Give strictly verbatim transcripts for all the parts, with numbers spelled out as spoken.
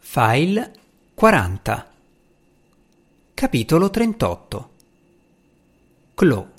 File quaranta. Capitolo trentotto. Chloe.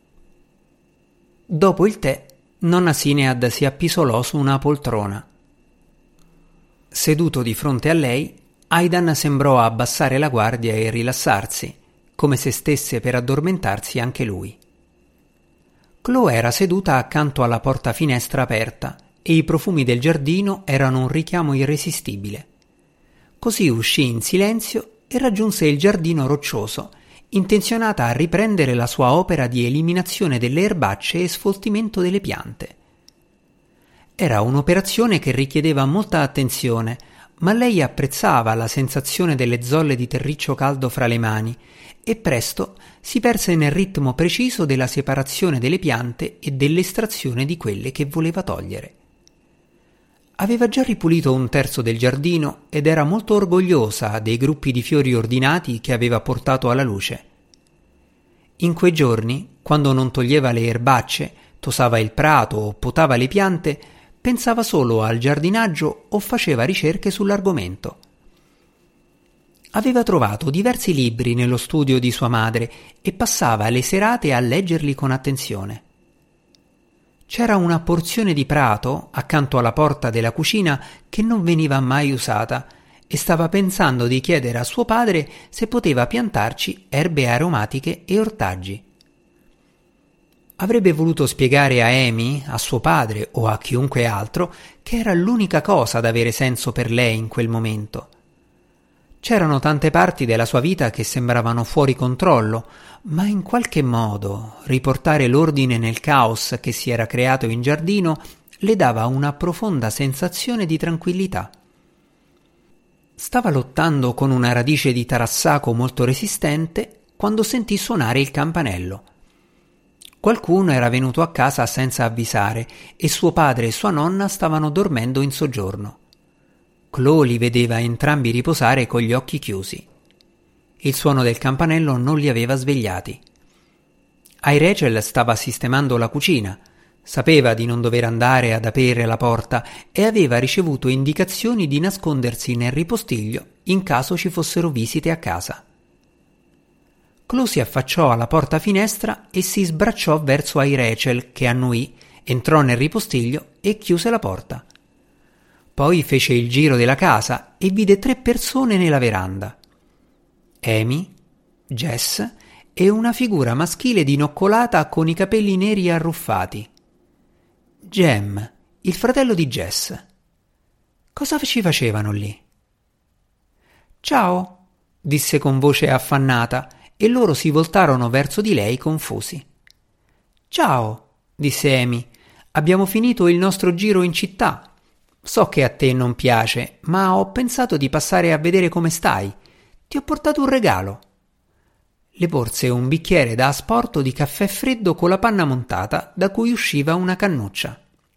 Dopo il tè, nonna Sinead si appisolò su una poltrona. Seduto di fronte a lei, Aidan sembrò abbassare la guardia e rilassarsi, come se stesse per addormentarsi anche lui. Chloe era seduta accanto alla porta finestra aperta e i profumi del giardino erano un richiamo irresistibile. Così uscì in silenzio e raggiunse il giardino roccioso, intenzionata a riprendere la sua opera di eliminazione delle erbacce e sfoltimento delle piante. Era un'operazione che richiedeva molta attenzione, ma lei apprezzava la sensazione delle zolle di terriccio caldo fra le mani e presto si perse nel ritmo preciso della separazione delle piante e dell'estrazione di quelle che voleva togliere. Aveva già ripulito un terzo del giardino ed era molto orgogliosa dei gruppi di fiori ordinati che aveva portato alla luce. In quei giorni, quando non toglieva le erbacce, tosava il prato o potava le piante, pensava solo al giardinaggio o faceva ricerche sull'argomento. Aveva trovato diversi libri nello studio di sua madre e passava le serate a leggerli con attenzione. C'era una porzione di prato accanto alla porta della cucina che non veniva mai usata e stava pensando di chiedere a suo padre se poteva piantarci erbe aromatiche e ortaggi. Avrebbe voluto spiegare a Amy, a suo padre o a chiunque altro che era l'unica cosa ad avere senso per lei in quel momento. C'erano tante parti della sua vita che sembravano fuori controllo, ma in qualche modo riportare l'ordine nel caos che si era creato in giardino le dava una profonda sensazione di tranquillità. Stava lottando con una radice di tarassaco molto resistente quando sentì suonare il campanello. Qualcuno era venuto a casa senza avvisare e suo padre e sua nonna stavano dormendo in soggiorno. Chloe li vedeva entrambi riposare con gli occhi chiusi. Il suono del campanello non li aveva svegliati. Rachel stava sistemando la cucina, sapeva di non dover andare ad aprire la porta e aveva ricevuto indicazioni di nascondersi nel ripostiglio in caso ci fossero visite a casa. Chloe si affacciò alla porta finestra e si sbracciò verso Rachel che annuì, entrò nel ripostiglio e chiuse la porta. Poi fece il giro della casa e vide tre persone nella veranda. Amy, Jess e una figura maschile dinoccolata con i capelli neri arruffati. Jem, il fratello di Jess. Cosa ci facevano lì? «Ciao», disse con voce affannata e loro si voltarono verso di lei confusi. «Ciao», disse Amy, «abbiamo finito il nostro giro in città. So che a te non piace, ma ho pensato di passare a vedere come stai. Ti ho portato un regalo». Le porse un bicchiere da asporto di caffè freddo con la panna montata da cui usciva una cannuccia.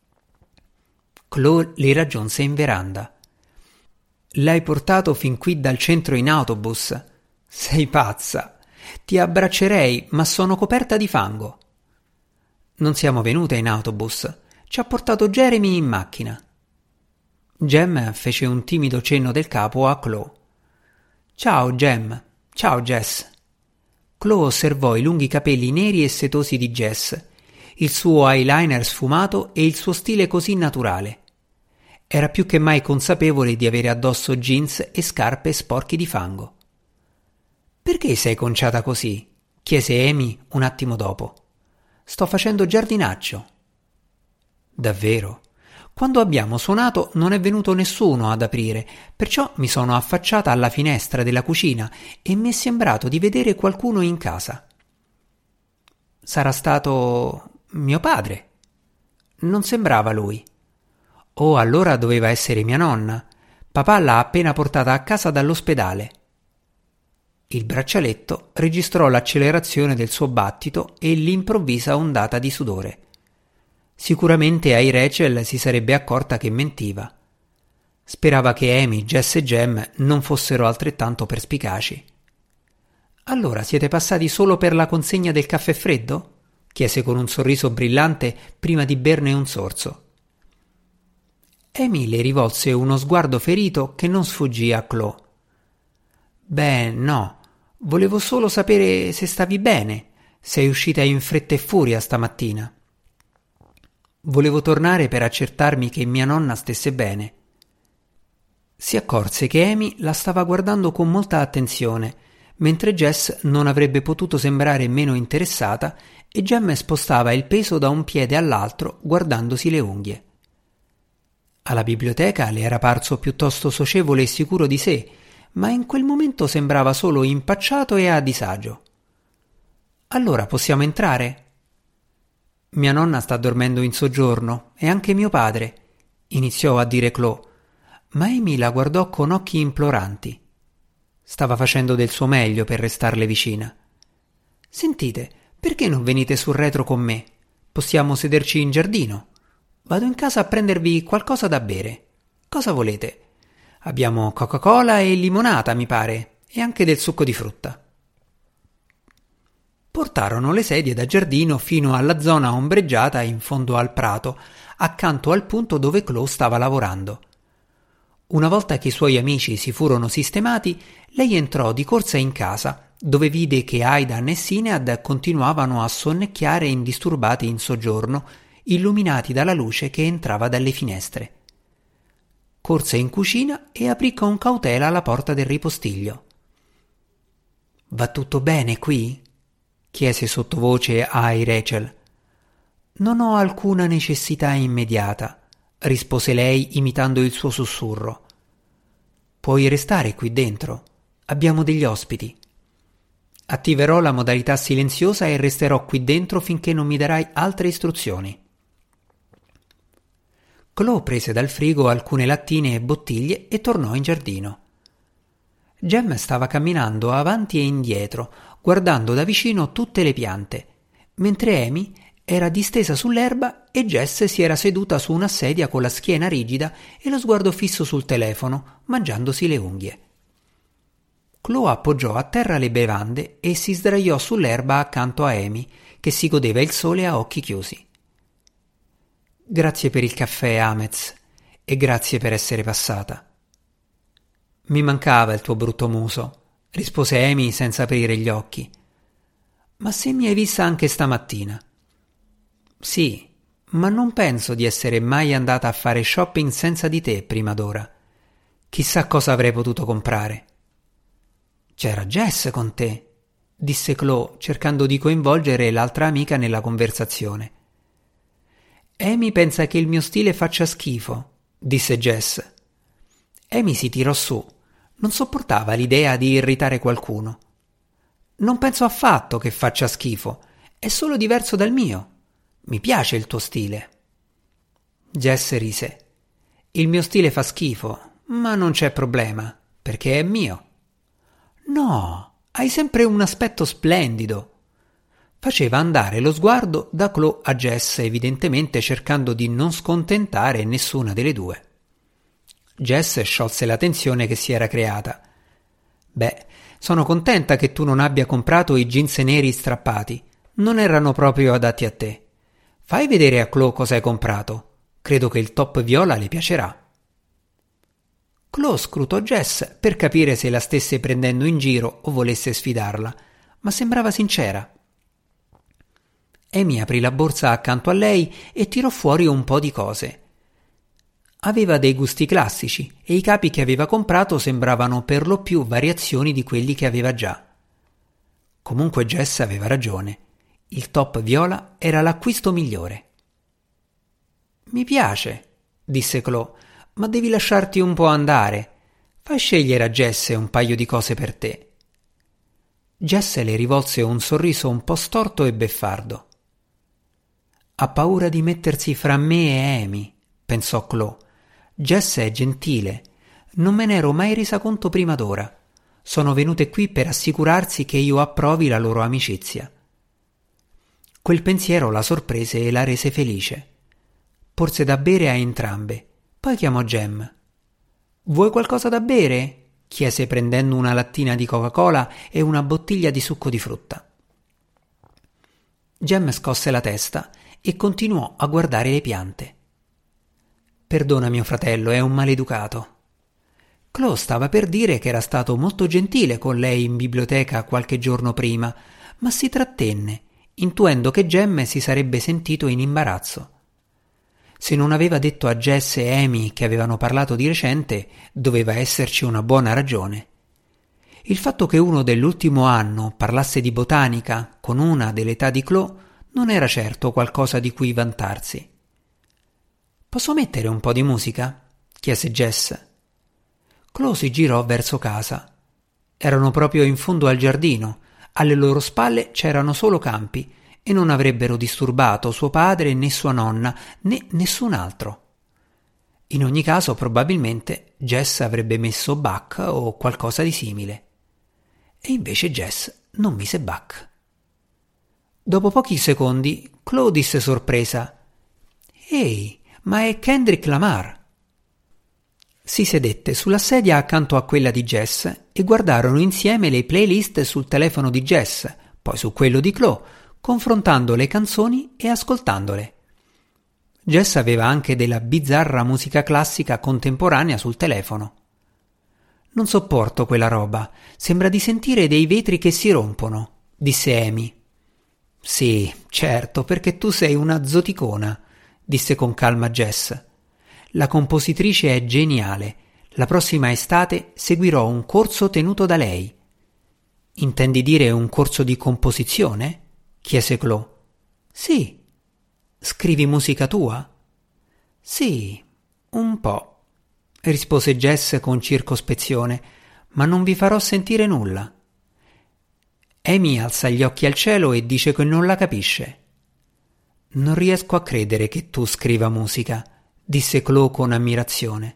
Chloe li raggiunse in veranda. «L'hai portato fin qui dal centro in autobus? Sei pazza! Ti abbraccerei, ma sono coperta di fango». «Non siamo venute in autobus. Ci ha portato Jeremy in macchina». Jem fece un timido cenno del capo a Chloe. «Ciao, Jem. Ciao, Jess». Chloe osservò i lunghi capelli neri e setosi di Jess, il suo eyeliner sfumato e il suo stile così naturale. Era più che mai consapevole di avere addosso jeans e scarpe sporchi di fango. «Perché sei conciata così?» chiese Amy un attimo dopo. «Sto facendo giardinaggio». «Davvero?» «Quando abbiamo suonato non è venuto nessuno ad aprire, perciò mi sono affacciata alla finestra della cucina e mi è sembrato di vedere qualcuno in casa». «Sarà stato mio padre». «Non sembrava lui». «Oh, allora doveva essere mia nonna. Papà l'ha appena portata a casa dall'ospedale». Il braccialetto registrò l'accelerazione del suo battito e l'improvvisa ondata di sudore. Sicuramente Rachel si sarebbe accorta che mentiva. Sperava che Amy, Jess e Jem non fossero altrettanto perspicaci. «Allora siete passati solo per la consegna del caffè freddo?» chiese con un sorriso brillante prima di berne un sorso. Amy le rivolse uno sguardo ferito che non sfuggì a Chloe. «Beh, no, volevo solo sapere se stavi bene. Sei uscita in fretta e furia stamattina». «Volevo tornare per accertarmi che mia nonna stesse bene». Si accorse che Amy la stava guardando con molta attenzione, mentre Jess non avrebbe potuto sembrare meno interessata e Jem spostava il peso da un piede all'altro guardandosi le unghie. Alla biblioteca le era parso piuttosto socievole e sicuro di sé, ma in quel momento sembrava solo impacciato e a disagio. «Allora possiamo entrare?» «Mia nonna sta dormendo in soggiorno e anche mio padre», iniziò a dire Chloe, ma Amy la guardò con occhi imploranti. Stava facendo del suo meglio per restarle vicina. «Sentite, perché non venite sul retro con me? Possiamo sederci in giardino. Vado in casa a prendervi qualcosa da bere. Cosa volete? Abbiamo Coca-Cola e limonata, mi pare, e anche del succo di frutta». Portarono le sedie da giardino fino alla zona ombreggiata in fondo al prato, accanto al punto dove Chloe stava lavorando. Una volta che i suoi amici si furono sistemati, lei entrò di corsa in casa, dove vide che Aidan e Sinead continuavano a sonnecchiare indisturbati in soggiorno, illuminati dalla luce che entrava dalle finestre. Corse in cucina e aprì con cautela la porta del ripostiglio. «Va tutto bene qui?» chiese sottovoce a Rachel. «Non ho alcuna necessità immediata», rispose lei imitando il suo sussurro. «Puoi restare qui dentro. Abbiamo degli ospiti. Attiverò la modalità silenziosa e resterò qui dentro finché non mi darai altre istruzioni». Chloe prese dal frigo alcune lattine e bottiglie e tornò in giardino. Jem stava camminando avanti e indietro, guardando da vicino tutte le piante, mentre Amy era distesa sull'erba e Jess si era seduta su una sedia con la schiena rigida e lo sguardo fisso sul telefono, mangiandosi le unghie. Chloe appoggiò a terra le bevande e si sdraiò sull'erba accanto a Amy, che si godeva il sole a occhi chiusi. «Grazie per il caffè, Amez, e grazie per essere passata». «Mi mancava il tuo brutto muso», rispose Amy senza aprire gli occhi. «Ma se mi hai vista anche stamattina». «Sì, ma non penso di essere mai andata a fare shopping senza di te prima d'ora. Chissà cosa avrei potuto comprare». «C'era Jess con te», disse Chloe, cercando di coinvolgere l'altra amica nella conversazione. «Amy pensa che il mio stile faccia schifo», disse Jess. Amy si tirò su. Non sopportava l'idea di irritare qualcuno. «Non penso affatto che faccia schifo. È solo diverso dal mio. Mi piace il tuo stile». Jess rise. «Il mio stile fa schifo, ma non c'è problema, perché è mio». «No, hai sempre un aspetto splendido». Faceva andare lo sguardo da Chloe a Jess, evidentemente cercando di non scontentare nessuna delle due. Jess sciolse la tensione che si era creata. «Beh, sono contenta che tu non abbia comprato i jeans neri strappati. Non erano proprio adatti a te. Fai vedere a Chloe cosa hai comprato. Credo che il top viola le piacerà». Chloe scrutò Jess per capire se la stesse prendendo in giro o volesse sfidarla, ma sembrava sincera. Amy aprì la borsa accanto a lei e tirò fuori un po' di cose. Aveva dei gusti classici e i capi che aveva comprato sembravano per lo più variazioni di quelli che aveva già. Comunque Jess aveva ragione. Il top viola era l'acquisto migliore. «Mi piace», disse Chloe, «ma devi lasciarti un po' andare. Fai scegliere a Jess un paio di cose per te». Jess le rivolse un sorriso un po' storto e beffardo. «Ha paura di mettersi fra me e Amy», pensò Chloe. «Jess è gentile. Non me ne ero mai resa conto prima d'ora. Sono venute qui per assicurarsi che io approvi la loro amicizia». Quel pensiero la sorprese e la rese felice. Porse da bere a entrambe, poi chiamò Jem. «Vuoi qualcosa da bere?» chiese prendendo una lattina di Coca-Cola e una bottiglia di succo di frutta. Jem scosse la testa e continuò a guardare le piante. Perdona mio fratello, è un maleducato. Chloe stava per dire che era stato molto gentile con lei in biblioteca qualche giorno prima, ma si trattenne, intuendo che Jem si sarebbe sentito in imbarazzo. Se non aveva detto a Jess e Amy che avevano parlato di recente, doveva esserci una buona ragione. Il fatto che uno dell'ultimo anno parlasse di botanica con una dell'età di Chloe non era certo qualcosa di cui vantarsi. «Posso mettere un po' di musica?» chiese Jess. Chloe si girò verso casa. Erano proprio in fondo al giardino, alle loro spalle c'erano solo campi e non avrebbero disturbato suo padre né sua nonna né nessun altro. In ogni caso probabilmente Jess avrebbe messo Bach o qualcosa di simile. E invece Jess non mise Bach. Dopo pochi secondi Chloe disse sorpresa: «Ehi, ma è Kendrick Lamar!» Si sedette sulla sedia accanto a quella di Jess e guardarono insieme le playlist sul telefono di Jess, poi su quello di Chloe, confrontando le canzoni e ascoltandole. Jess aveva anche della bizzarra musica classica contemporanea sul telefono. «Non sopporto quella roba, sembra di sentire dei vetri che si rompono», disse Amy. «Sì, certo, perché tu sei una zoticona», disse con calma Jess. «La compositrice è geniale. La prossima estate seguirò un corso tenuto da lei». «Intendi dire un corso di composizione?» chiese Chloe. «Sì». «Scrivi musica tua?» «Sì, un po'», rispose Jess con circospezione, «ma non vi farò sentire nulla». Amy alza gli occhi al cielo e dice che non la capisce. «Non riesco a credere che tu scriva musica», disse Chloe con ammirazione.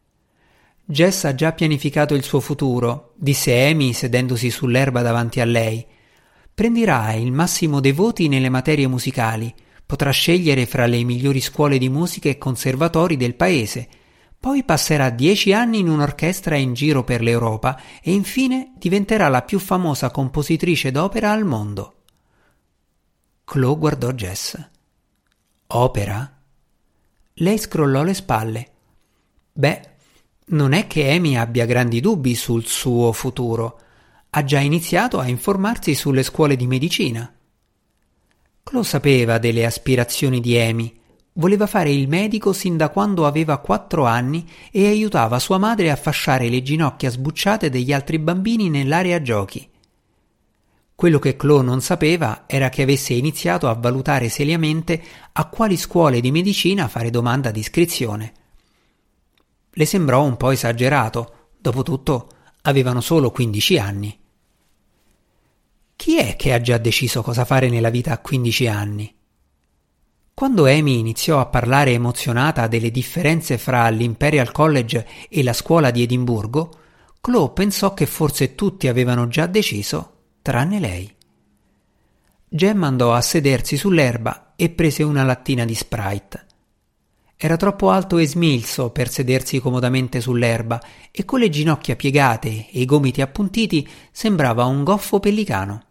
«Jess ha già pianificato il suo futuro», disse Amy sedendosi sull'erba davanti a lei. «Prenderà il massimo dei voti nelle materie musicali, potrà scegliere fra le migliori scuole di musica e conservatori del paese, poi passerà dieci anni in un'orchestra in giro per l'Europa e infine diventerà la più famosa compositrice d'opera al mondo». Chloe guardò Jess. «Opera?» Lei scrollò le spalle. «Beh, non è che Amy abbia grandi dubbi sul suo futuro. Ha già iniziato a informarsi sulle scuole di medicina». Chloe sapeva delle aspirazioni di Amy. Voleva fare il medico sin da quando aveva quattro anni e aiutava sua madre a fasciare le ginocchia sbucciate degli altri bambini nell'area giochi. Quello che Chloe non sapeva era che avesse iniziato a valutare seriamente a quali scuole di medicina fare domanda di iscrizione. Le sembrò un po' esagerato, dopotutto avevano solo quindici anni. Chi è che ha già deciso cosa fare nella vita a quindici anni? Quando Amy iniziò a parlare emozionata delle differenze fra l'Imperial College e la scuola di Edimburgo, Chloe pensò che forse tutti avevano già deciso, tranne lei. Jem andò a sedersi sull'erba e prese una lattina di Sprite. Era troppo alto e smilzo per sedersi comodamente sull'erba e con le ginocchia piegate e i gomiti appuntiti sembrava un goffo pellicano.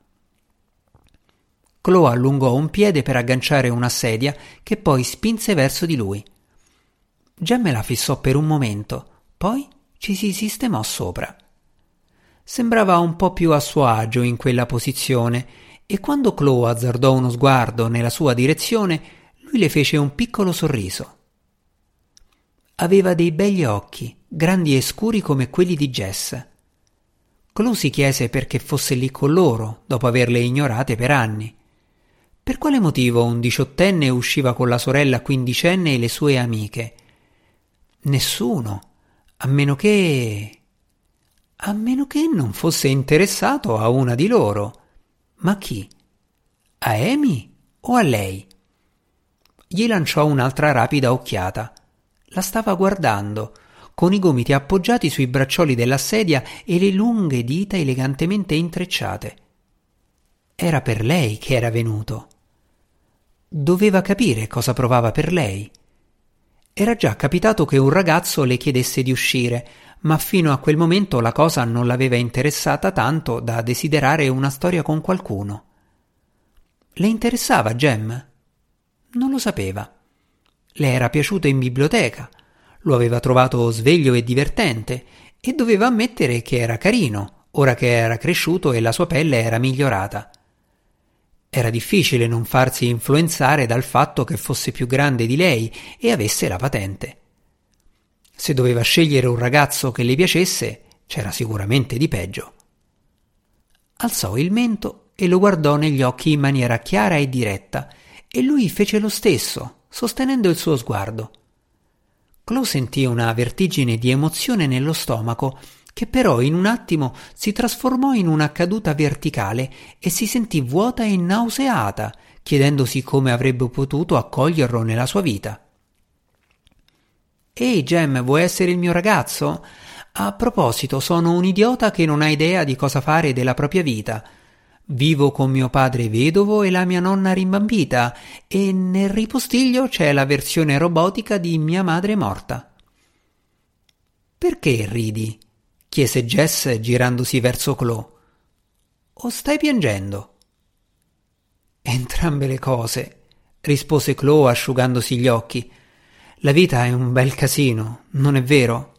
Chloe allungò un piede per agganciare una sedia che poi spinse verso di lui. Jem la fissò per un momento, poi ci si sistemò sopra. Sembrava un po' più a suo agio in quella posizione e quando Chloe azzardò uno sguardo nella sua direzione, lui le fece un piccolo sorriso. Aveva dei begli occhi, grandi e scuri come quelli di Jess. Chloe si chiese perché fosse lì con loro, dopo averle ignorate per anni. Per quale motivo un diciottenne usciva con la sorella quindicenne e le sue amiche? Nessuno, a meno che... A meno che non fosse interessato a una di loro. Ma chi? A Amy o a lei? Gli lanciò un'altra rapida occhiata. La stava guardando, con i gomiti appoggiati sui braccioli della sedia e le lunghe dita elegantemente intrecciate. Era per lei che era venuto. Doveva capire cosa provava per lei. Era già capitato che un ragazzo le chiedesse di uscire, ma fino a quel momento la cosa non l'aveva interessata tanto da desiderare una storia con qualcuno. Le interessava Jem? Non lo sapeva. Le era piaciuto in biblioteca, Lo aveva trovato sveglio e divertente e doveva ammettere che era carino, ora che era cresciuto e la sua pelle era migliorata. Era difficile non farsi influenzare dal fatto che fosse più grande di lei e avesse la patente. Se doveva scegliere un ragazzo che le piacesse, c'era sicuramente di peggio. Alzò il mento e lo guardò negli occhi in maniera chiara e diretta, e lui fece lo stesso, sostenendo il suo sguardo. Chloe sentì una vertigine di emozione nello stomaco, che però in un attimo si trasformò in una caduta verticale e si sentì vuota e nauseata, chiedendosi come avrebbe potuto accoglierlo nella sua vita. «Ehi, Jem, vuoi essere il mio ragazzo? A proposito, sono un idiota che non ha idea di cosa fare della propria vita. Vivo con mio padre vedovo e la mia nonna rimbambita, e nel ripostiglio c'è la versione robotica di mia madre morta». «Perché ridi?» chiese Jess girandosi verso Chloe. «O stai piangendo?» «Entrambe le cose», rispose Chloe asciugandosi gli occhi. «La vita è un bel casino, non è vero?»